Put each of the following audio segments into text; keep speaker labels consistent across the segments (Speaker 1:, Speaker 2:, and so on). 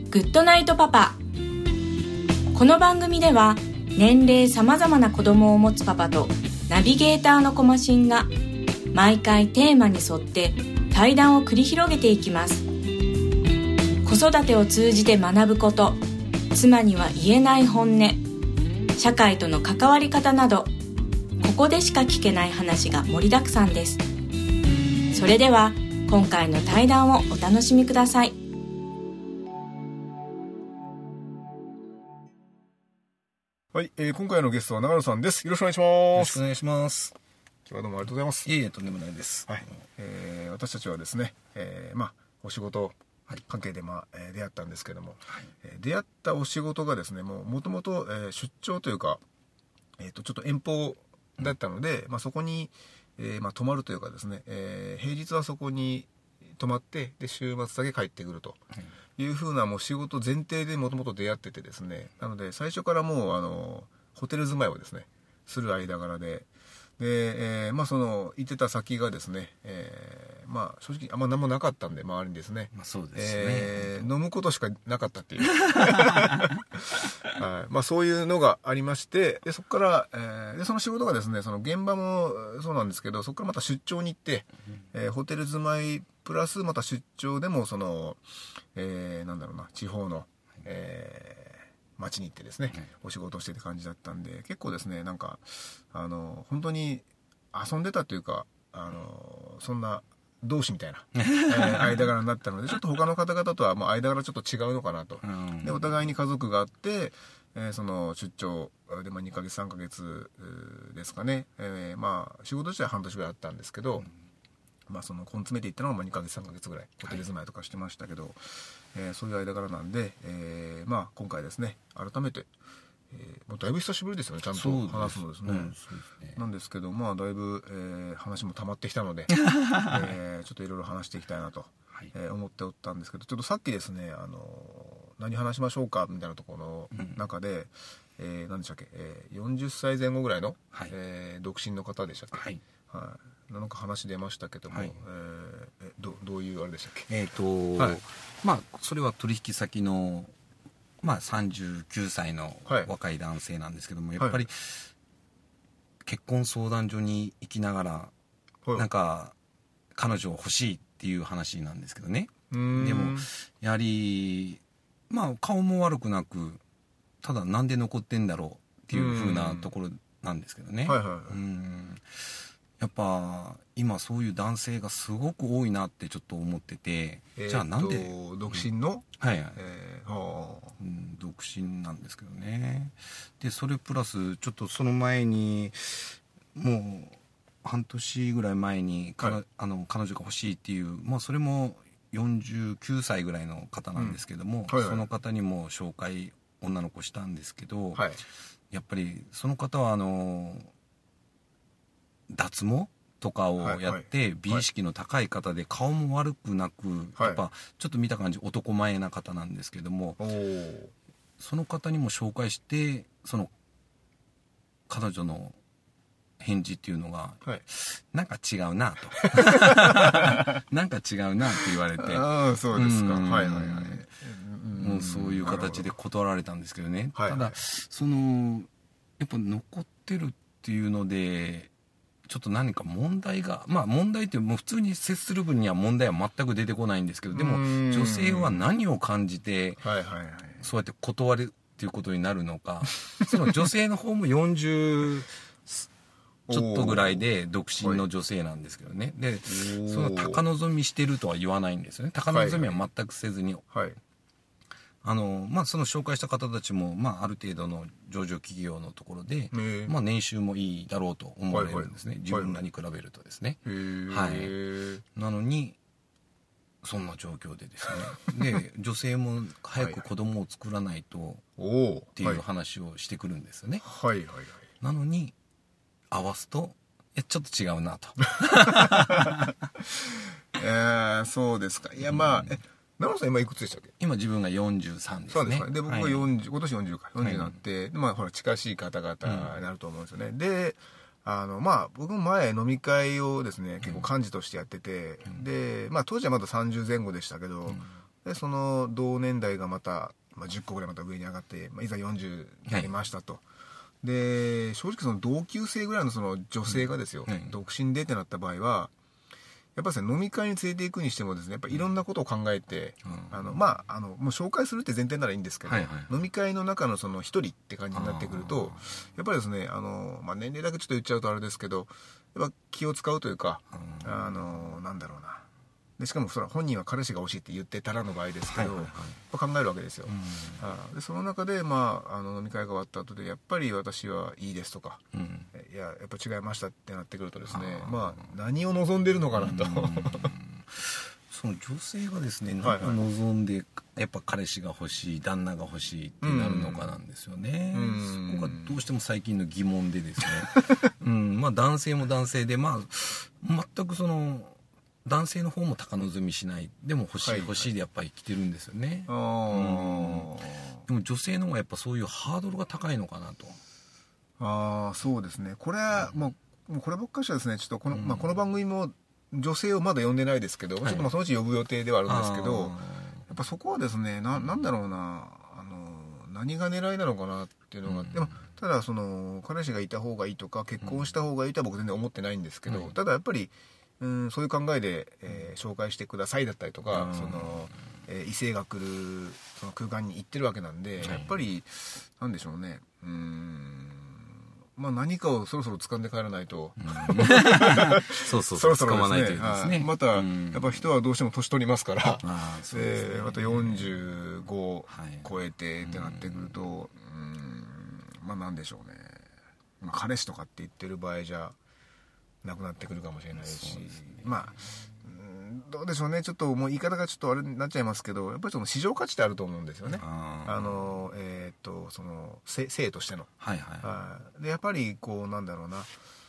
Speaker 1: グッドナイトパパ。この番組では年齢さまざまな子供を持つパパとナビゲーターのコマシンが毎回テーマに沿って対談を繰り広げていきます。子育てを通じて学ぶこと、妻には言えない本音、社会との関わり方など、ここでしか聞けない話が盛りだくさんです。それでは今回の対談をお楽しみください。
Speaker 2: はい、今回のゲストは長野さんです。よろしくお願いします。
Speaker 3: よろしくお願いします。
Speaker 2: 今日はどうもありがとうございます。
Speaker 3: いえいえ、とんでもないです。
Speaker 2: はい、私たちはですね、お仕事関係で出会ったんですけども、出会ったお仕事がですね、もともと出張というか、ちょっと遠方だったので、そこに、泊まるというかですね、平日はそこに泊まって、で週末だけ帰ってくるというふうなもう仕事前提でもともと出会っててですね、なので最初からもうホテル住まいをですねする間柄で、その行ってた先がですね、正直あんま何もなかったんで、周りにですね、
Speaker 3: そうですね、
Speaker 2: 飲むことしかなかったっていう、そういうのがありまして、でそこから、でその仕事がですね、その現場もそうなんですけど、そこからまた出張に行って、ホテル住まいプラスまた出張でもその、地方の、町に行ってですね、お仕事をしてって感じだったんで、結構ですね、本当に遊んでたというか、そんな同志みたいな、間柄になったので、ちょっと他の方々とは間柄ちょっと違うのかなと。でお互いに家族があって、その出張で2ヶ月3ヶ月ですかね、仕事自体は半年ぐらいあったんですけど、その根詰めていったのが2ヶ月3ヶ月ぐらいホテル住まいとかしてましたけど、そういう間柄なんで、今回ですね、改めて、もうだいぶ久しぶりですよね、ちゃんと話すのですね。なんですけど、だいぶ、話も溜まってきたので、ちょっといろいろ話していきたいなと、思っておったんですけど、ちょっとさっきですね、何話しましょうかみたいなところの中で、何でしたっけ、40歳前後ぐらいの、独身の方でしたっけ、なんか話出ましたけども、どういうあれでしたっけ。
Speaker 3: それは取引先の、39歳の若い男性なんですけども、やっぱり結婚相談所に行きながら、なんか彼女欲しいっていう話なんですけどね。でもやはり顔も悪くなく、ただなんで残ってんだろうっていう風なところなんですけどね。やっぱ今そういう男性がすごく多いなってちょっと思ってて、じゃあなんで
Speaker 2: 独身の、
Speaker 3: 独身なんですけどね。でそれプラスちょっとその前にもう半年ぐらい前に彼女が欲しいっていう、それも49歳ぐらいの方なんですけども、その方にも紹介女の子したんですけど、やっぱりその方は脱毛とかをやって美意識の高い方で、顔も悪くなく、やっぱちょっと見た感じ男前な方なんですけども、その方にも紹介して、その彼女の返事っていうのが、なんか違うなとなんか違うなって言われて、
Speaker 2: そうですか。
Speaker 3: もうそういう形で断られたんですけどね。ただやっぱ残ってるっていうので、ちょっと何か問題が、問題ってもう普通に接する分には問題は全く出てこないんですけど、でも女性は何を感じて、そうやって断るっていうことになるのか、その女性の方も40ちょっとぐらいで独身の女性なんですけどね。でその高望みしてるとは言わないんですよね。高望みは全くせずに、その紹介した方たちも、ある程度の上場企業のところで、年収もいいだろうと思われるんですね、自分らに比べるとですね。なのにそんな状況でですねで女性も早く子供を作らないとっていう話をしてくるんですよね。なのに合わすとちょっと違うなと
Speaker 2: そうですか。いや長野さん今いくつでしたっけ。
Speaker 3: 今自分が43ですね。
Speaker 2: そうですか。で僕が40、今年40か40になって、ほら近しい方々になると思うんですよね。で僕も前飲み会をですね結構幹事としてやってて、で当時はまだ30前後でしたけど、 でその同年代がまた、10個ぐらいまた上に上がって、いざ40になりましたと、で正直その同級生ぐらいのその女性がですよ、独身でってなった場合はやっぱり飲み会に連れて行くにしてもですね、やっぱりいろんなことを考えて、もう紹介するって前提ならいいんですけど、飲み会の中のその一人って感じになってくると、やっぱりですね、年齢だけちょっと言っちゃうとあれですけど、やっぱ気を使うというか、なんだろうな。でしかもそれは本人は彼氏が欲しいって言ってたらの場合ですけど、考えるわけですよ。でその中で、飲み会が終わった後でやっぱり私はいいですとか、いややっぱ違いましたってなってくるとですね、何を望んでるのかなと。
Speaker 3: その女性がですね、何を望んでやっぱ彼氏が欲しい、旦那が欲しいってなるのかなんですよね。そこがどうしても最近の疑問でですね。男性も男性で、全くその男性の方も高望みしない、でも欲しい欲しいでやっぱり来てるんですよね。でも女性の方がやっぱそういうハードルが高いのかなと。
Speaker 2: そうですね。これはもうこればっかしはですね、ちょっとこの、この番組も女性をまだ呼んでないですけど、ちょっとそのうち呼ぶ予定ではあるんですけど、やっぱそこはですね、なんだろうな、何が狙いなのかなっていうのが、でもただその彼氏がいた方がいいとか結婚した方がいいとは僕全然思ってないんですけど、ただやっぱりそういう考えで、紹介してくださいだったりとか、その異性が来るその空間に行ってるわけなんで、やっぱりなんでしょうね、何かをそろそろ掴んで帰らないと、
Speaker 3: そう
Speaker 2: そろそろ
Speaker 3: 掴まないといいですね。
Speaker 2: またやっぱ人はどうしても年取りますから、また45超えてってなってくると、なんでしょうね、彼氏とかって言ってる場合じゃなくなってくるかもしれないし、どうでしょうね、ちょっともう言い方がちょっとあれになっちゃいますけど、やっぱりその市場価値ってあると思うんですよね。その性としての。でやっぱりこうなんだろうな、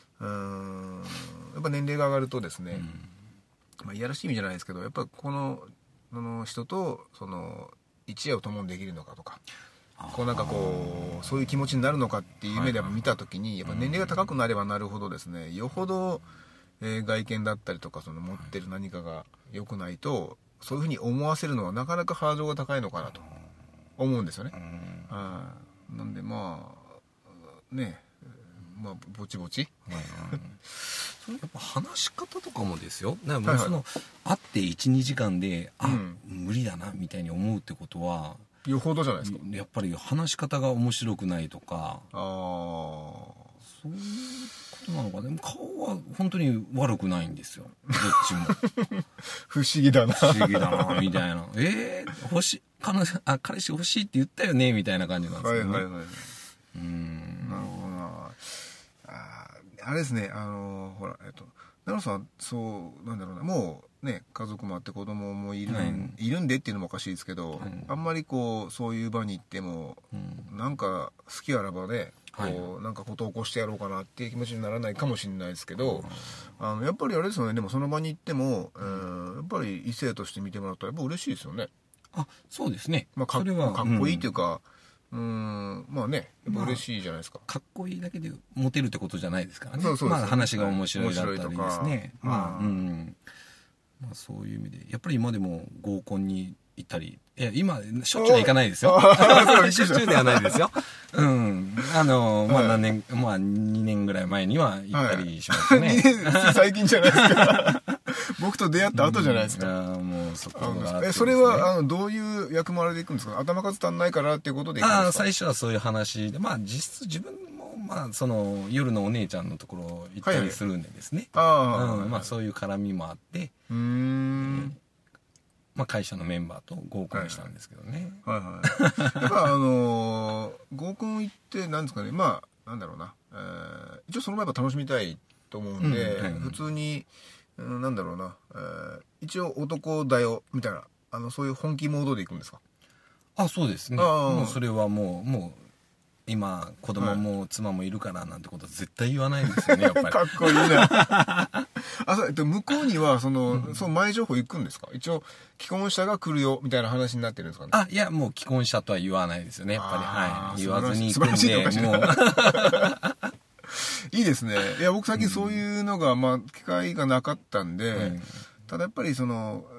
Speaker 2: やっぱ年齢が上がるとですね、いやらしい意味じゃないですけど、やっぱこの人とその一夜を共にできるのかとか。そういう気持ちになるのかっていう目で見たときに、やっぱ年齢が高くなればなるほどですね、よほど、外見だったりとかその持ってる何かが良くないと、そういうふうに思わせるのはなかなかハードルが高いのかなと思うんですよね。なんでぼちぼち。
Speaker 3: やっぱ話し方とかもですよ。だからその会って1、2時間で無理だなみたいに思うってことは。
Speaker 2: よほどじゃないですか。
Speaker 3: やっぱり話し方が面白くないとか、そういうことなのか。でも顔は本当に悪くないんですよ、どっちも。
Speaker 2: 不思議だな
Speaker 3: みたいな。欲しい、彼氏欲しいって言ったよねみたいな感じなんですよね。なるほど
Speaker 2: な。あれですね、ほら奈良さん、そうなんだろうな、もうね、家族もあって子供もいるんでっていうのもおかしいですけど、あんまりそういう場に行っても、なんか好きあらばね、なんかことを起こしてやろうかなっていう気持ちにならないかもしれないですけど、やっぱりあれですよね、でもその場に行っても、やっぱり異性として見てもらったらやっぱ嬉しいですよね。
Speaker 3: そうですね。
Speaker 2: かっこいいというか、やっぱ嬉しいじゃないですか。
Speaker 3: かっこいいだけでモテるってことじゃないですからね。話が面白いだったりですね。そういう意味でやっぱり今でも合コンに行ったり、今しょっちゅうは行かないですよ。しょっちゅうではないですよ。2年ぐらい前には行ったりしましたね。
Speaker 2: 最近じゃないですか。僕と出会った後じゃないですか。
Speaker 3: もうそこが
Speaker 2: それはどういう役回りで行くんですか。頭数足んないからっていうことで行くんですか。
Speaker 3: 最初はそういう話で、実質自分もその夜のお姉ちゃんのところ行ったりするんでですね。そういう絡みもあって、会社のメンバーと合コンしたんですけどね。
Speaker 2: やっぱ合コン行ってなんですかね、なんだろうな、一応その前は楽しみたいと思うんで、普通になんだろうな、一応男だよみたいなそういう本気モードで行くんですか。
Speaker 3: そうですね。もうそれはもう今子供も妻もいるからなんてことは絶対言わないんですよね、やっぱり。
Speaker 2: かっこいいな。向こうにはその前情報行くんですか。一応既婚者が来るよみたいな話になってるんですかね。
Speaker 3: いや、もう既婚者とは言わないですよね、やっぱり。言わずに行くんで、もう
Speaker 2: いいですね。いや、僕最近そういうのが機会がなかったんで、ただやっぱり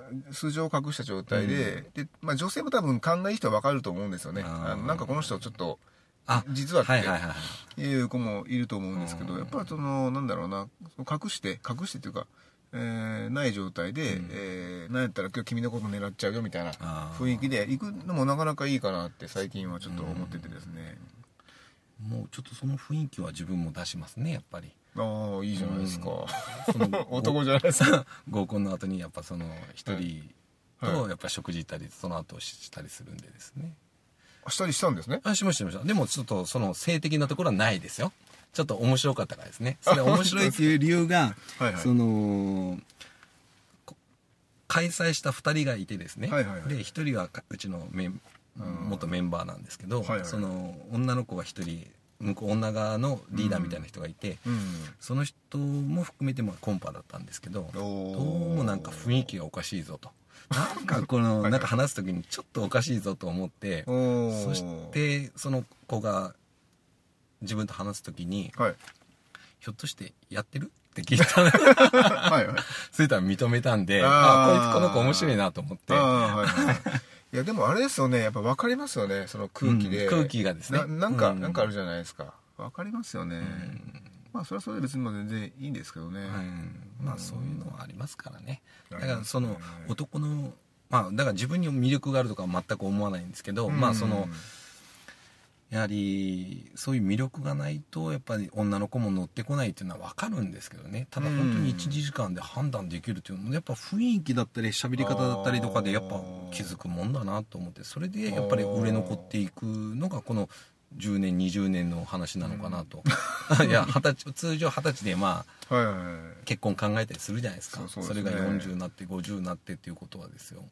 Speaker 2: 素性を隠した状態で、で、まあ女性も多分勘がいい人は分かると思うんですよね。なんかこの人ちょっと、実はっていう子もいると思うんですけど、やっぱその、なんだろうな、隠してっていうか、ない状態で、なんやったら今日君のこと狙っちゃうよみたいな雰囲気で行くのもなかなかいいかなって最近はちょっと思っててですね。
Speaker 3: もうちょっとその雰囲気は自分も出しますね、やっぱり。
Speaker 2: ああ、いいじゃないですか。男じゃないですか。
Speaker 3: 合コンの後にやっぱその一人とやっぱ食事行ったり、その後したりするんでですね。
Speaker 2: したりしたんですね。
Speaker 3: しました。でもちょっとその性的なところはないですよ。ちょっと面白かったからですね。それ面白いっていう理由が、その、開催した2人がいてですね。で、1人はうちの元メンバーなんですけど、その女の子が1人、向こう女側のリーダーみたいな人がいて、その人も含めてコンパだったんですけど、どうもなんか雰囲気がおかしいぞと。なんかこの、なんか話すときにちょっとおかしいぞと思って、そしてその子が自分と話すときに、ひょっとしてやってるって聞いたの。それとは認めたんで、この子面白いなと思って。
Speaker 2: いやでもあれですよね、やっぱ分かりますよね、その空気で。
Speaker 3: 空気がですね。
Speaker 2: なんかあるじゃないですか。分かりますよね。まあそれはそれで別に全然いいんですけどね。
Speaker 3: まあそういうのはありますからね。だからその男の、まあだから自分に魅力があるとかは全く思わないんですけど、まあその、やはりそういう魅力がないとやっぱり女の子も乗ってこないっていうのは分かるんですけどね。ただ本当に 1,2 時間で判断できるっていうのもやっぱ雰囲気だったり喋り方だったりとかでやっぱ気づくもんだなと思って、それでやっぱり売れ残っていくのがこの10年20年の話なのかなと。いや通常20歳でまあ結婚考えたりするじゃないですか。それが40になって50になってっていうことはですよ。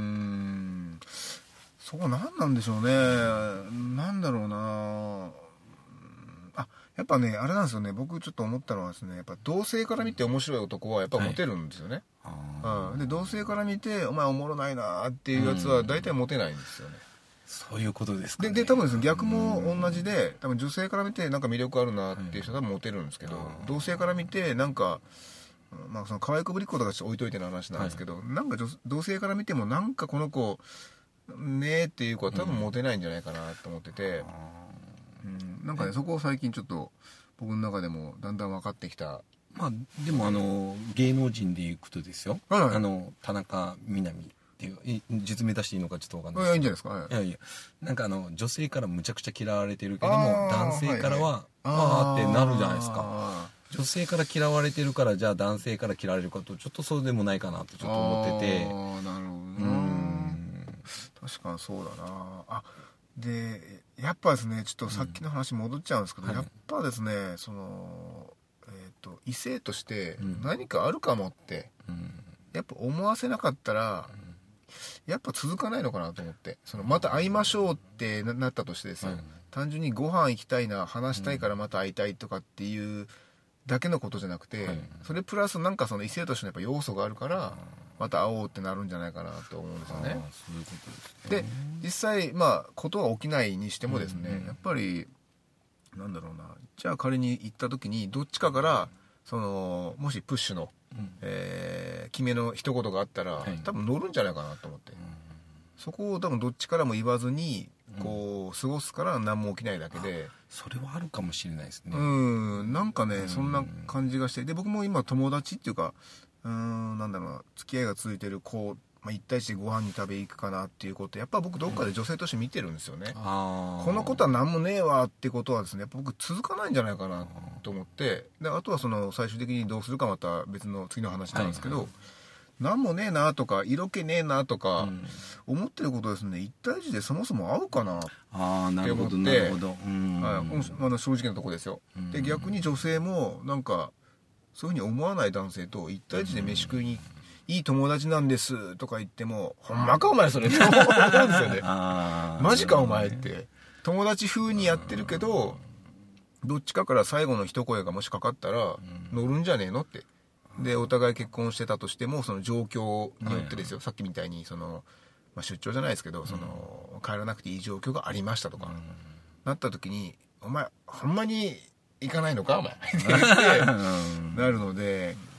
Speaker 2: そこ何なんでしょうね。なんだろうな。やっぱねあれなんですよね。僕ちょっと思ったのはですね、やっぱ同性から見て面白い男はやっぱモテるんですよね。で同性から見てお前おもろないなっていうやつは大体モテないんですよね。
Speaker 3: そういうことですかね。
Speaker 2: で多分ですね、逆も同じで、多分女性から見てなんか魅力あるなっていう人は多分モテるんですけど、同性から見てなんかまあその可愛くぶりっ子とか置いといての話なんですけど、なんか同性から見てもなんかこの子ねえっていう子は多分モテないんじゃないかなと思ってて、なんかねそこを最近ちょっと僕の中でもだんだん分かってきた。
Speaker 3: まあでも芸能人でいくとですよ、田中みな実っていう実名出していいのかちょっと分かんないですけど、
Speaker 2: いいんじゃないですか。
Speaker 3: いやなんか女性からむちゃくちゃ嫌われてるけども男性からはあーってなるじゃないですか。女性から嫌われてるからじゃあ男性から嫌われるかとちょっとそうでもないかなとちょっと思ってて。
Speaker 2: なるほど確かにそうだな。でやっぱですね、ちょっとさっきの話戻っちゃうんですけど、やっぱですねその異性として何かあるかもってやっぱ思わせなかったらやっぱ続かないのかなと思って、そのまた会いましょうってなったとしてですよ、単純にご飯行きたいな話したいからまた会いたいとかっていうだけのことじゃなくて、それプラスなんかその異性としてのやっぱ要素があるからまた会おうってなるんじゃないかなと思うんですよね。
Speaker 3: そういうことですね。
Speaker 2: で実際まあことが起きないにしてもですね、やっぱりなんだろうな、じゃあ仮に行った時にどっちかからそのもしプッシュの、決めの一言があったら、多分乗るんじゃないかなと思って、そこを多分どっちからも言わずにこう過ごすから何も起きないだけで、
Speaker 3: それはあるかもしれないですね。
Speaker 2: なんかね、そんな感じがして、で僕も今友達っていうかなんだろうな、付き合いが続いてる子、1対1でご飯に食べ行くかなっていうことやっぱ僕どっかで女性として見てるんですよね。このことは何もねえわってことはですね、やっぱ僕続かないんじゃないかなと思って、であとはその最終的にどうするかまた別の次の話なんですけど、何もねえなとか色気ねえなとか思ってることですね、1対1でそもそも合うかなって思って、正直なとこですよ。で逆に女性もなんかそういうふうに思わない男性と1対1で飯食いにいい友達なんですとか言っても、ほんまかお前それって思うんですよね。マジかお前って、友達風にやってるけどどっちかから最後の一声がもしかかったら乗るんじゃねえのって。でお互い結婚してたとしてもその状況によってですよ、さっきみたいにその、出張じゃないですけどその帰らなくていい状況がありましたとか、なった時にお前ほんまに行かないのかお前ってなるので、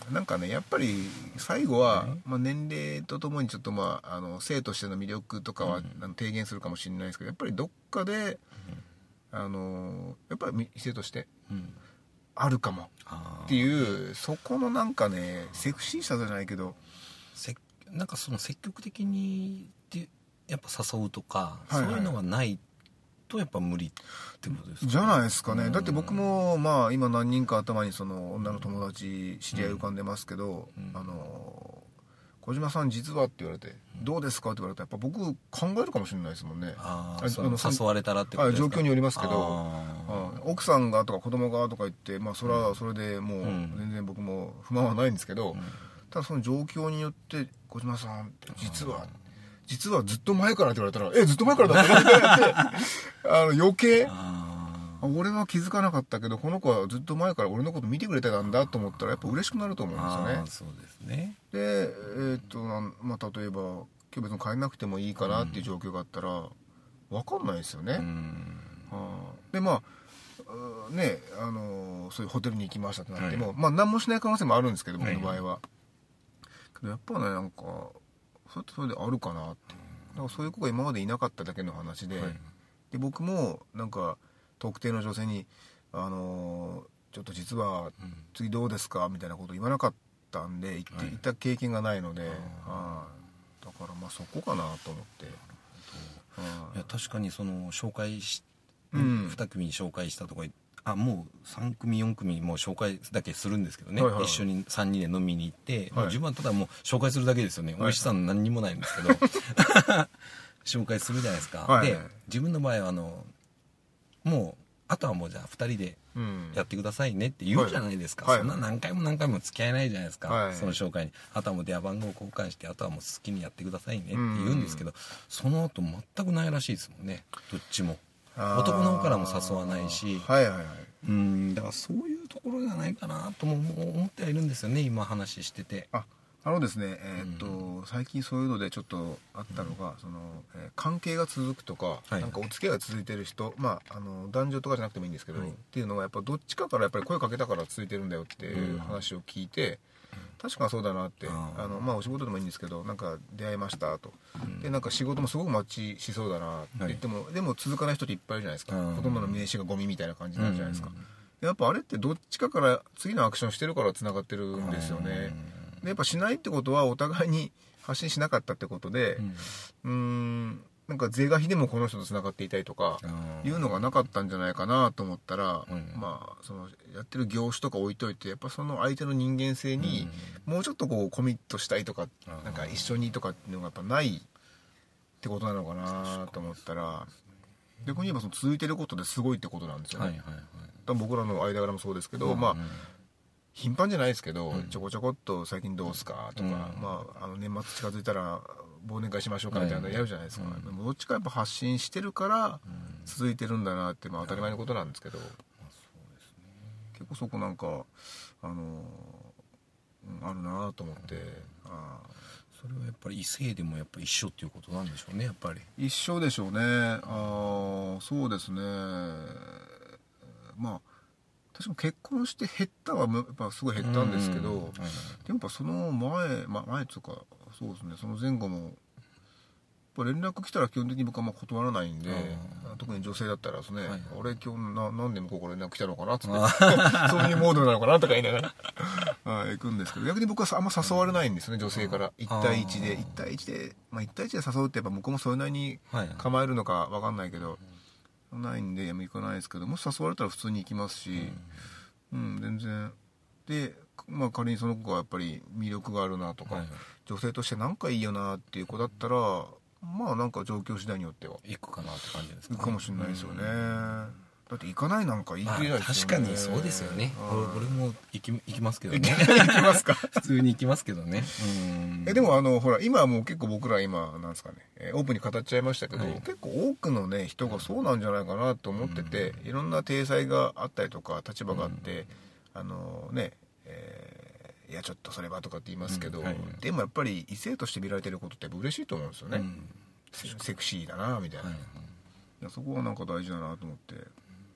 Speaker 2: なんかねやっぱり最後は、年齢とともにちょっと性としての魅力とかは、低減するかもしれないですけど、やっぱりどっかで、やっぱり異性としてあるかもっていう、そこのなんかねセクシーさじゃないけど、
Speaker 3: なんかその積極的にやっぱ誘うとか、そういうのがないとやっぱ無理ってことですか、
Speaker 2: じゃないですかね。だって僕も今何人か頭にその女の友達知り合い浮かんでますけど、小島さん実はって言われて、どうですかって言われたらやっぱ僕考えるかもしれないですもんね。
Speaker 3: 誘われたらってことですか。
Speaker 2: 状況によりますけど、奥さんがとか子供がとか言って、それはそれでもう全然僕も不満はないんですけど、ただその状況によって小島さん実はずっと前からって言われたら、ずっと前からだったって余計俺は気づかなかったけどこの子はずっと前から俺のこと見てくれてたんだと思ったらやっぱ嬉しくなると思うんですよね。
Speaker 3: そうですね。
Speaker 2: で例えば今日別に帰んなくてもいいかなっていう状況があったら分かんないですよね。でそういうホテルに行きましたってなっても、何もしない可能性もあるんですけど僕の場合は、けどやっぱねなんかそれであるかなって。だからそういう子が今までいなかっただけの話で、で僕もなんか特定の女性にちょっと実は次どうですかみたいなこと言わなかったんで言った経験がないので、だからそこかなと思って。
Speaker 3: いや確かにその紹介2組に紹介したとかもう3組4組もう紹介だけするんですけどね、一緒に3人で飲みに行って、自分はただもう紹介するだけですよね。美味しさの何にもないんですけど紹介するじゃないですか。で自分の場合はもうあとはもうじゃあ2人でやってくださいねって言うじゃないですか。そんな何回も付き合えないじゃないですか、その紹介に。あとはもう電話番号交換してあとはもう好きにやってくださいねって言うんですけど、その後全くないらしいですもんね、どっちも。男の方からも誘わないし、だからそういうところじゃないかなとも思ってはいるんですよね、今話してて。
Speaker 2: ですね、最近そういうのでちょっとあったのが、関係が続くとか、なんかお付き合いが続いてる人、男女とかじゃなくてもいいんですけど、っていうのはやっぱどっちかからやっぱり声かけたから続いてるんだよっていう話を聞いて、確かそうだなって。お仕事でもいいんですけど、なんか出会いましたと、でなんか仕事もすごくマッチしそうだなって言っても、でも続かない人っていっぱいいるじゃないですか。ほとんどの名刺がゴミみたいな感じになるじゃないですか。やっぱあれってどっちかから次のアクションしてるからつながってるんですよね。でやっぱしないってことはお互いに発信しなかったってことで、なんか是が非でもこの人とつながっていたいとかいうのがなかったんじゃないかなと思ったら、そのやってる業種とか置いといて、やっぱその相手の人間性にもうちょっとこうコミットしたいとか、なんか一緒にとかっていうのがやっぱないってことなのかなと思ったら、逆に言えばその続いてることですごいってことなんですよね。多分僕らの間柄もそうですけど、頻繁じゃないですけど、ちょこちょこっと最近どうすかとか、年末近づいたら忘年会しましょうかみたいなのやるじゃないですか。どっちかやっぱ発信してるから続いてるんだなって、当たり前のことなんですけど、結構そこなんかあるなと思って。
Speaker 3: それはやっぱり異性でもやっぱ一緒っていうことなんでしょうね。やっぱり
Speaker 2: 一緒でしょうね。そうですね。私も結婚して減ったはやっぱすごい減ったんですけど、でもやっぱその前というかそうですね、その前後もやっぱ連絡来たら基本的に僕は断らないんで、特に女性だったらですね、俺今日何で向こうから連絡来たのかなってそういうモードなのかなとか言いながら行くんですけど、逆に僕はあんま誘われないんですよね、女性から。1対1で誘うってやっぱ向こうもそれなりに構えるのか分かんないけど、ないんで行かないですけど、もし誘われたら普通に行きますし、全然で、仮にその子がやっぱり魅力があるなとか、女性としてなんかいいよなっていう子だったら、なんか状況次第によっては
Speaker 3: 行くかなって感じですかね。
Speaker 2: 行くかもしれないですよね。だって行かないなんか言い切れないですよね。
Speaker 3: 確かにそうですよね。俺も行きますけどね。
Speaker 2: 行きますか。
Speaker 3: 普通に行きますけどね。
Speaker 2: でもほら今はもう結構僕ら今なんですかね、オープンに語っちゃいましたけど、結構多くのね人がそうなんじゃないかなと思ってて、いろんな体裁があったりとか立場があって、いやちょっとそれはとかって言いますけど、でもやっぱり異性として見られてることってやっぱ嬉しいと思うんですよね。セクシーだなみたいな。そこはなんか大事だなと思って。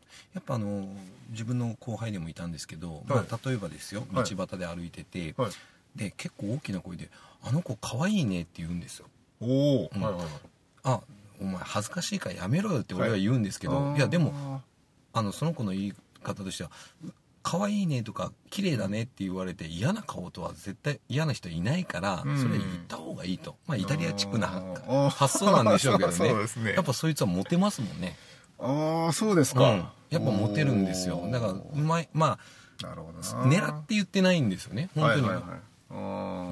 Speaker 3: やっぱ自分の後輩でもいたんですけど、
Speaker 2: はい、
Speaker 3: まあ、例えばですよ、道端で歩いてて、
Speaker 2: はい、
Speaker 3: で結構大きな声で「あの子可愛いね」って言うんですよ。
Speaker 2: おお、
Speaker 3: うん、はいはいはい、あ、お前恥ずかしいからやめろよって俺は言うんですけど、はい、いやでもその子の言い方としては可愛いねとか綺麗だねって言われて嫌な顔とは絶対嫌な人いないから、それは言った方がいいと、まあイタリアチックな発想なんでしょうけどね。そうですね。やっぱそいつはモテますもんね。
Speaker 2: ああ、そうですか、
Speaker 3: やっぱモテるんですよ。だからうまい、まあなるほど狙って言ってないんですよね、本当に。はいはいはい、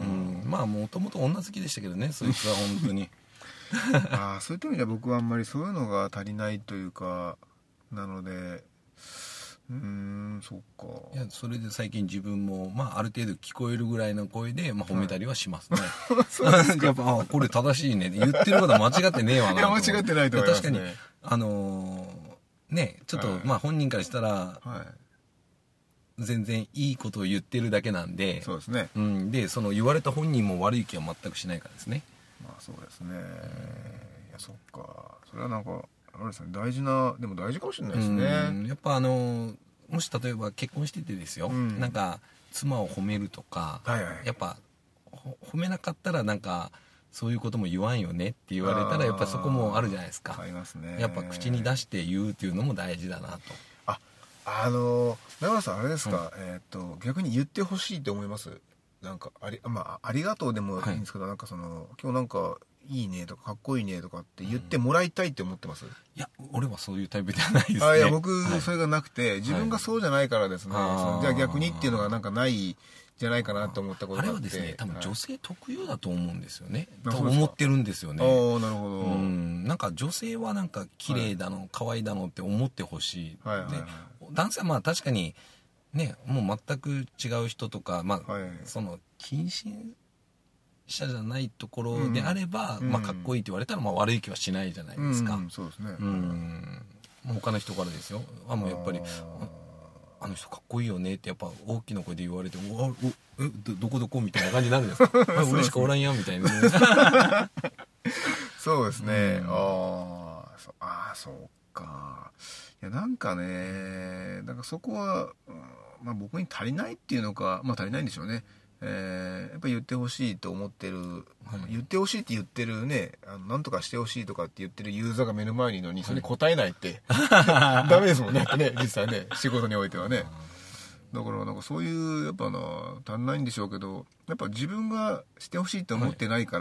Speaker 3: まあもともと女好きでしたけどね、そいつは本当に。
Speaker 2: ああ、そういった意味では僕はあんまりそういうのが足りないというか、なので、そっか。
Speaker 3: いや、それで最近自分も、まあ、ある程度聞こえるぐらいの声で、まあ、褒めたりはしますね。そうですか。やっぱ、あ、これ正しいね。言ってることは間違ってねえわな。
Speaker 2: いや、間違ってないと思いますね。
Speaker 3: 確かに、ね、ちょっと、まあ、本人からしたら、全然いいことを言ってるだけなんで、
Speaker 2: そうですね。
Speaker 3: で、その言われた本人も悪い気は全くしないからですね。
Speaker 2: まあ、そうですね。いや、そっか。それはなんか、あれですね、大事な、でも大事かもしれないですね。
Speaker 3: やっぱもし例えば結婚しててですよ、なんか妻を褒めるとか、やっぱ褒めなかったらなんかそういうことも言わんよねって言われたら、やっぱそこもあるじゃないですか。
Speaker 2: ありますね。
Speaker 3: やっぱ口に出して言うっていうのも大事だなと。
Speaker 2: 中村さんあれですか、逆に言ってほしいって思います？なんかありがとうでもいいんですけど、なんか今日なんかいいねとかかっこいいねとかって言ってもらいたいって思ってます？
Speaker 3: いや、俺はそういうタイプではないですね。
Speaker 2: いや、僕、それがなくて、自分がそうじゃないからですね、じゃあ逆にっていうのがなんかないじゃないかなと思ったことがあって。あれはですね、
Speaker 3: 多分女性特有だと思うんですよね。と思ってるんですよね。
Speaker 2: なるほど。
Speaker 3: なんか女性はなんか綺麗だの、可愛いだのって思ってほしい。で、男性はまあ確かにね、もう全く違う人とか、まあ、その近親者じゃないところであれば、まあかっこいいって言われたらまあ悪い気はしないじゃないですか。
Speaker 2: そうですね。
Speaker 3: 他の人からですよ。もうやっぱりあの人かっこいいよねってやっぱ大きな声で言われて、どこどこみたいな感じになるんですか。嬉しくおらんやんみたいな。
Speaker 2: そうですね。そうか。いや、なんかね、なんかそこは、まあ僕に足りないっていうのか、まあ足りないんでしょうね。やっぱり言ってほしいと思ってる、言ってほしいって言ってるね、なんとかしてほしいとかって言ってるユーザーが目の前にいるのに、それに答えないって、ダメですもんね、実際ね、仕事においてはね。だからなんかそういうやっぱ足んないんでしょうけど、やっぱ自分がしてほしいと思ってないから、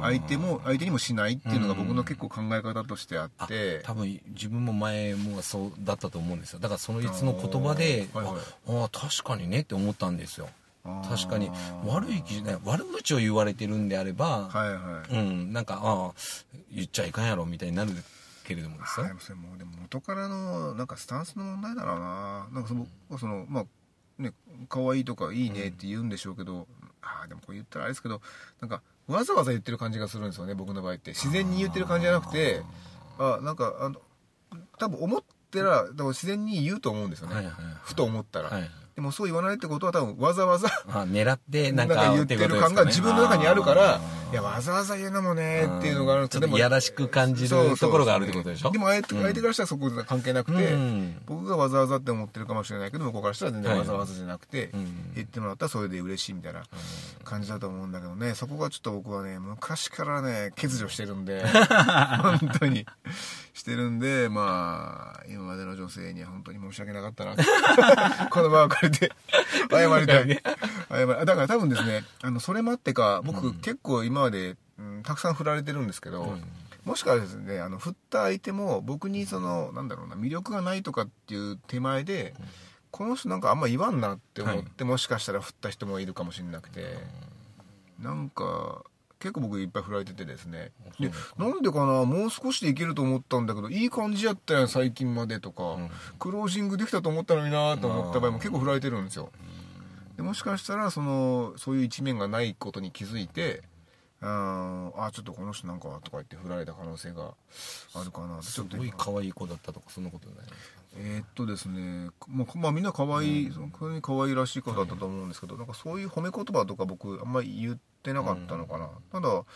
Speaker 2: 相手にもしないっていうのが僕の結構考え方としてあって、
Speaker 3: 多分自分も前もそうだったと思うんですよ。だからそのいつの言葉で、確かにねって思ったんですよ。確かに悪口を言われてるんであれば、なんか言っちゃいかんやろみたいになるけれどもですよ。
Speaker 2: それもでも元からのなんかスタンスの問題だろうな。なんかまあね、可愛いとかいいねって言うんでしょうけど、でもこれ言ったらあれですけど、なんかわざわざ言ってる感じがするんですよね、僕の場合って。自然に言ってる感じじゃなくて、なんか多分思ってら多分自然に言うと思うんですよね、ふと思ったら。でもそう言わないってことは多分わざわざ
Speaker 3: 狙ってなんか
Speaker 2: 言ってる感が自分の中にあるから、いやわざわざ言うのもねっていうのがあるんですけど、
Speaker 3: でもいやらしく感じるところがあるってことでしょ。
Speaker 2: でも相手からしたらそこ関係なくて、僕がわざわざって思ってるかもしれないけど、向こうからしたら全然わざわざじゃなくて、言ってもらったらそれで嬉しいみたいな感じだと思うんだけどね、そこがちょっと僕はね昔からね欠如してるんで本当にしてるんで、まあ今までの女性には本当に申し訳なかったなこの場を借りて謝りたい。だから多分ですね、それもあってか、僕結構今まで、たくさん振られてるんですけど、もしかですね、振った相手も僕になんだろうな、魅力がないとかっていう手前で、この人なんかあんま言わんなって思って、もしかしたら振った人もいるかもしれなくて、なんか結構僕いっぱい振られててですね、でなんでかな、もう少しでいけると思ったんだけどいい感じやったやん最近までとか、クロージングできたと思ったのになと思った場合も結構振られてるんですよ。でもしかしたらそういう一面がないことに気づいて、ちょっとこの人なんかとか言って振られた可能性があるかな。
Speaker 3: すごい可愛い子だったとかそんなことないですか？
Speaker 2: ですね、まあみんな可愛い、可愛らしい子だったと思うんですけど、なんかそういう褒め言葉とか僕あんまり言ってなかったのかな。ただ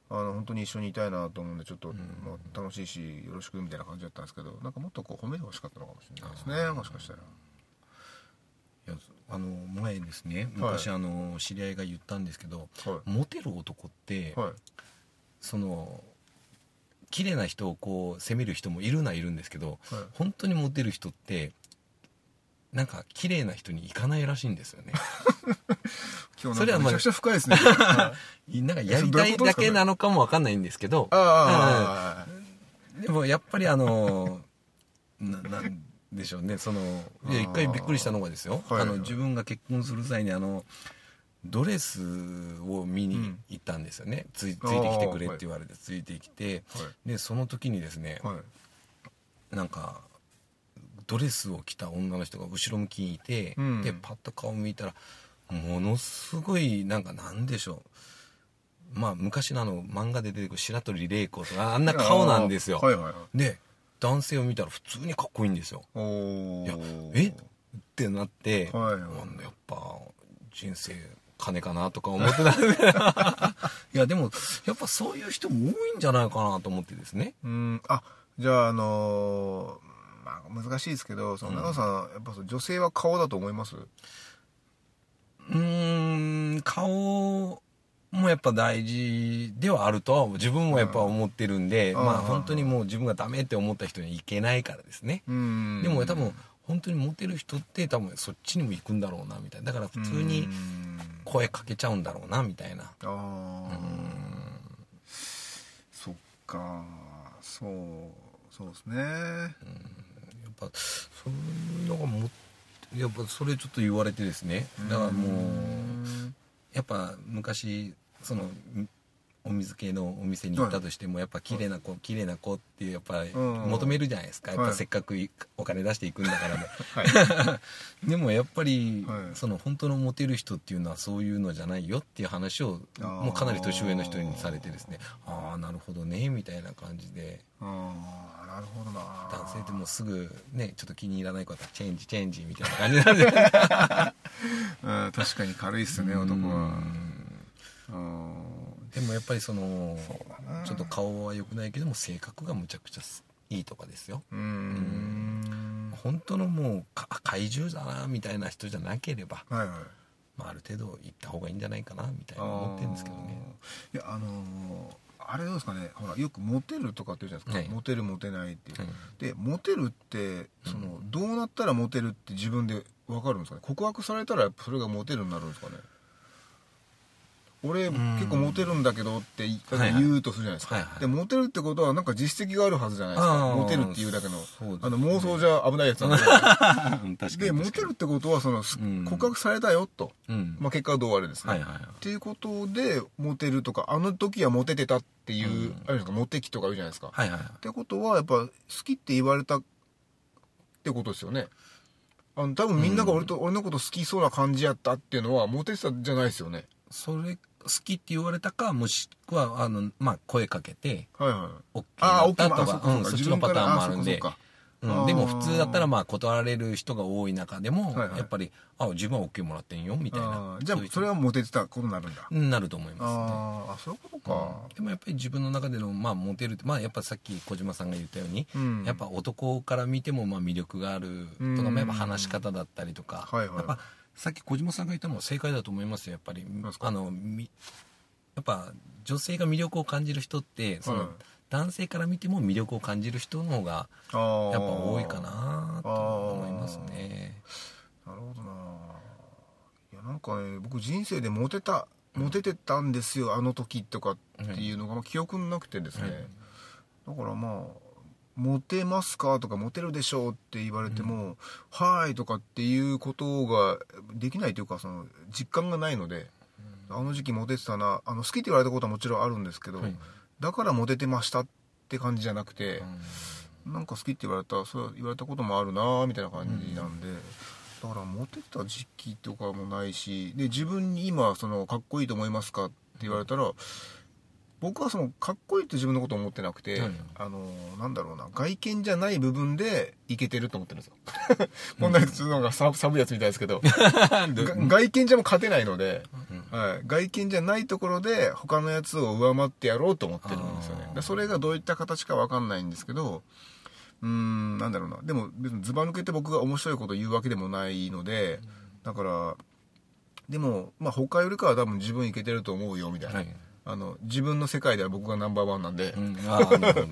Speaker 2: 本当に一緒にいたいなと思うんでちょっと、まあ、楽しいしよろしくみたいな感じだったんですけど、なんかもっとこう褒めてほしかったのかもしれないですね、もしかしたら。
Speaker 3: いや前ですね昔、知り合いが言ったんですけど、モテる男って、その綺麗な人をこう責める人もいるのはいるんですけど、本当にモテる人ってなんか綺麗な人に行かないらしいんですよね。
Speaker 2: 今日なんかめちゃくちゃ深いですね。
Speaker 3: なんかやりたいだけなのかもわかんないんですけど、でもやっぱりなんでしょうね、一回びっくりしたのがですよ、自分が結婚する際にドレスを見に行ったんですよね、ついてきてくれって言われてついてきて、でその時にですね、なんかドレスを着た女の人が後ろ向きにいて、でパッと顔見たらものすごいなんでしょう、まあ昔の漫画で出てくる白鳥玲子とかあんな顔なんですよ。で男性を見たら普通にかっこいいんですよ。いやってなって、やっぱ人生金かなとか思ってたんでいやでもやっぱそういう人も多いんじゃないかなと思ってですね。
Speaker 2: じゃあまあ、難しいですけど長尾さんやっぱ女性は顔だと思います？
Speaker 3: 顔もやっぱ大事ではあるとは自分もやっぱ思ってるんで、まあ本当にもう自分がダメって思った人にはいけないからですね。でも多分本当にモテる人って多分そっちにも行くんだろうなみたいな、だから普通に声かけちゃうんだろうなみたいな。
Speaker 2: そっか、そうですね。
Speaker 3: やっぱそういうのがやっぱそれちょっと言われてですね、だからもうやっぱ昔お水系のお店に行ったとしてもやっぱ綺麗な子ってやっぱり求めるじゃないですか、やっぱせっかくお金出していくんだからね、でもやっぱり本当のモテる人っていうのはそういうのじゃないよっていう話をもうかなり年上の人にされてですね、ああなるほどねみたいな感じで、
Speaker 2: なるほどな。
Speaker 3: 男性ってもうすぐねちょっと気に入らないことはチェンジみたいな感じなんで
Speaker 2: 確かに軽いっすね男は。
Speaker 3: でもやっぱりちょっと顔は良くないけども性格がむちゃくちゃいいとかですよ。本当のもう怪獣だなみたいな人じゃなければ、まあ、ある程度行った方がいいんじゃないかなみたいな思ってるんですけどね。
Speaker 2: いやあれどうですかね、ほらよくモテるとかって言うじゃないですか、モテるモテないっていう、でモテるってどうなったらモテるって自分で分かるんですかね。告白されたらそれがモテるになるんですかね。俺結構モテるんだけどって言うとするじゃないですか、でモテるってことはなんか実績があるはずじゃないですか、モテるっていうだけの妄想じゃ危ないやつなんででモテるってことは告白されたよと、まあ結果はどうあれですね、っていうことでモテるとか、あの時はモテてたっていう、あれですか、モテ期とか言うじゃないですか、ってことはやっぱ好きって言われたってことですよね。多分みんなが俺のこと好きそうな感じやったっていうのはモテてたじゃないですよね。
Speaker 3: それ好きって言われたか、もしくはまあ声かけて OK だったとか、そっちのパターンもあるんで、でも普通だったらまあ断られる人が多い中でもやっぱり自分は OK もらってんよみたいな、
Speaker 2: じゃあそれはモテてたことになるんだ。
Speaker 3: なると思いますね。
Speaker 2: そういうことか。
Speaker 3: でもやっぱり自分の中でのまあモテるって、まあやっぱさっき小島さんが言ったように、やっぱ男から見てもまあ魅力があるとか、やっぱ話し方だったりとか、やっぱさっき小島さんが言ったのは正解だと思いますよ。やっぱりやっぱ女性が魅力を感じる人って男性から見ても魅力を感じる人の方がやっぱ多いかなと思いますね。
Speaker 2: なるほどな。いやなんかね、僕人生でモテてたんですよあの時とかっていうのが記憶なくてですね、だからまあモテますかとかモテるでしょうって言われても、はいとかっていうことができないというか実感がないので、あの時期モテてたな、好きって言われたことはもちろんあるんですけど、だからモテてましたって感じじゃなくて、なんか好きって言われたこともあるなみたいな感じなんで、だからモテた時期とかもないし、で自分に今かっこいいと思いますかって言われたら僕はそのかっこいいって自分のことを思ってなくて、なんだろうな、外見じゃない部分でイケてると思ってるんですよ。こんなやつのが寒いやつみたいですけど外見じゃもう勝てないので、外見じゃないところで他のやつを上回ってやろうと思ってるんですよね。それがどういった形か分かんないんですけど、なんだろうな、でも別にズバ抜けて僕が面白いことを言うわけでもないので、だからでも他よりかは多分自分イケてると思うよみたいな、自分の世界では僕がナンバーワンなんで、だ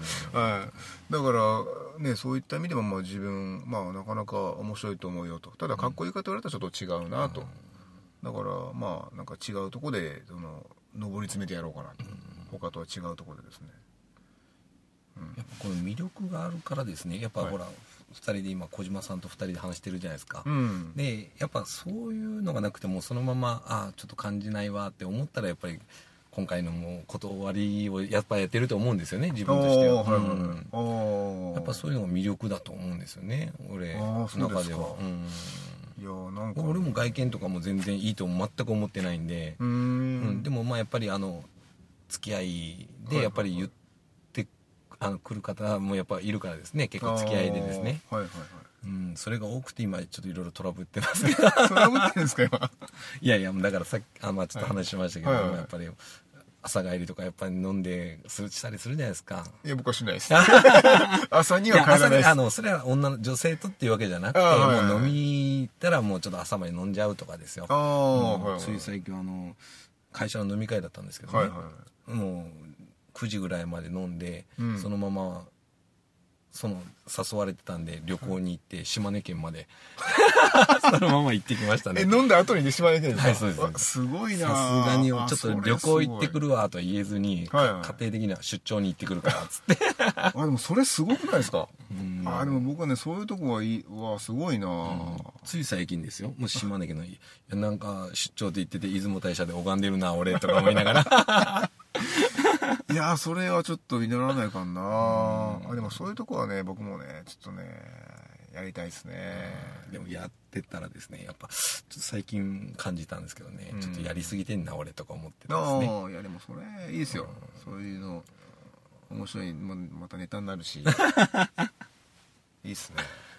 Speaker 2: からね、そういった意味でも自分なかなか面白いと思うよと。ただかっこいいかと言われたらちょっと違うなと、だからなんか違うとこで上り詰めてやろうかなと、他とは違うところでですね、
Speaker 3: やっぱこの魅力があるからですね、やっぱほら、2人で今小島さんと2人で話してるじゃないですか、でやっぱそういうのがなくてもそのままちょっと感じないわって思ったら、やっぱり今回のもう断りをやっぱやってると思うんですよね、自分としては。やっぱそういうのが魅力だと思うんですよね、俺の中では。いやなんか俺も外見とかも全然いいと全く思ってないんで、でもやっぱり付き合いでやっぱり言って来る方もやっぱいるからですね、結構付き合いでですね、それが多くて今ちょっといろいろトラブってますけど。
Speaker 2: トラブってるんですか今。
Speaker 3: いやだからさっきちょっと話しましたけど、やっぱり朝帰りとかやっぱり飲んでしたりするじゃないですか。
Speaker 2: いや僕はしないです。朝には帰らないです。
Speaker 3: それは女性とっていうわけじゃなくて、もう飲み行ったらもうちょっと朝まで飲んじゃうとかですよ。つい最近会社の飲み会だったんですけどね、もう9時ぐらいまで飲んで、そのまま誘われてたんで旅行に行って島根県までそのまま行ってきましたね。
Speaker 2: 飲んだ後に島根県ですか？
Speaker 3: はい、そうです。
Speaker 2: すごいな。
Speaker 3: さすがにちょっと旅行行ってくるわとは言えずに、家庭的には出張に行ってくるからっつって
Speaker 2: でもそれすごくないですか？でも僕はね、そういうとこはすごいな、
Speaker 3: つい最近ですよ、もう島根県のなんか出張で行ってて出雲大社で拝んでるな俺とか思いながら
Speaker 2: いやそれはちょっと祈らないかな。でもそういうとこはね、僕もねちょっとねやりたいですね。
Speaker 3: でもやってたらですね、やっぱちょっと最近感じたんですけどね、ちょっとやりすぎてんな俺とか思ってたんですね。
Speaker 2: いやでもそれいいですよ、そういうの面白い、またネタになるしいいっすね。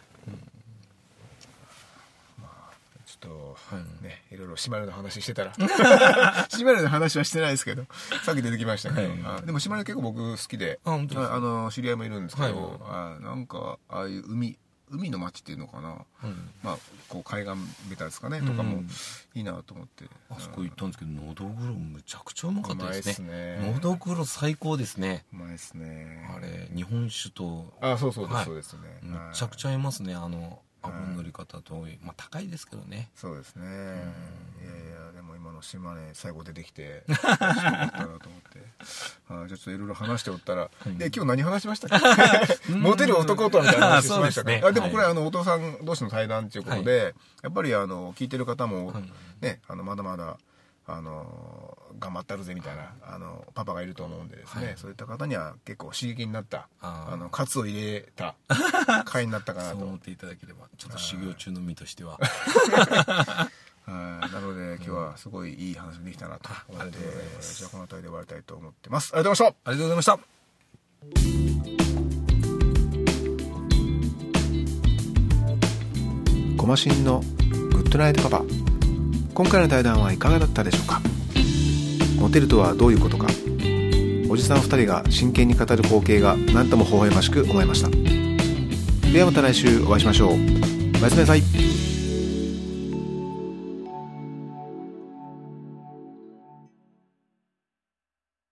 Speaker 2: ちょっとね、いろいろ島根の話してたら島根の話はしてないですけど、さっき出てきましたけど、でも島根結構僕好きで、知り合いもいるんですけど、なんかああいう海の町っていうのかな、こう海岸ベタですかねとかもいいなと思って、
Speaker 3: あそこ行ったんですけど、のどぐろむちゃくちゃうまかったです
Speaker 2: ね。
Speaker 3: のどぐろ最高ですね。
Speaker 2: うまいですね。
Speaker 3: あれ日本酒と
Speaker 2: そうですね。
Speaker 3: むちゃくちゃ合いますね。顎の乗り方と、高いですけどね。
Speaker 2: そうですね。いやでも今の島根最後出てきてよかったなと思って、じゃあちょっといろいろ話しておったら、今日何話しましたっけ？モテる男とみたいな話しましたね。でもこれお父さん同士の対談ということで、やっぱり聞いてる方もね、まだまだ頑張ったるぜみたいなパパがいると思うんでですね、そういった方には結構刺激になった喝を入れた回になったかなと
Speaker 3: そう思っていただければ、ちょっと修行中の身としては
Speaker 2: なので今日はすごいいい話ができたなと思って、じゃあこの辺りで終わりたいと思ってます。ありがとうございました。
Speaker 3: ありがとうござい
Speaker 2: ました。コマシンのグッドナイトパパ、今回の対談はいかがだったでしょうか。モテるとはどういうことか、おじさん2人が真剣に語る光景が何とも微笑ましく思いました。ではまた来週お会いしましょう。おやすみなさい。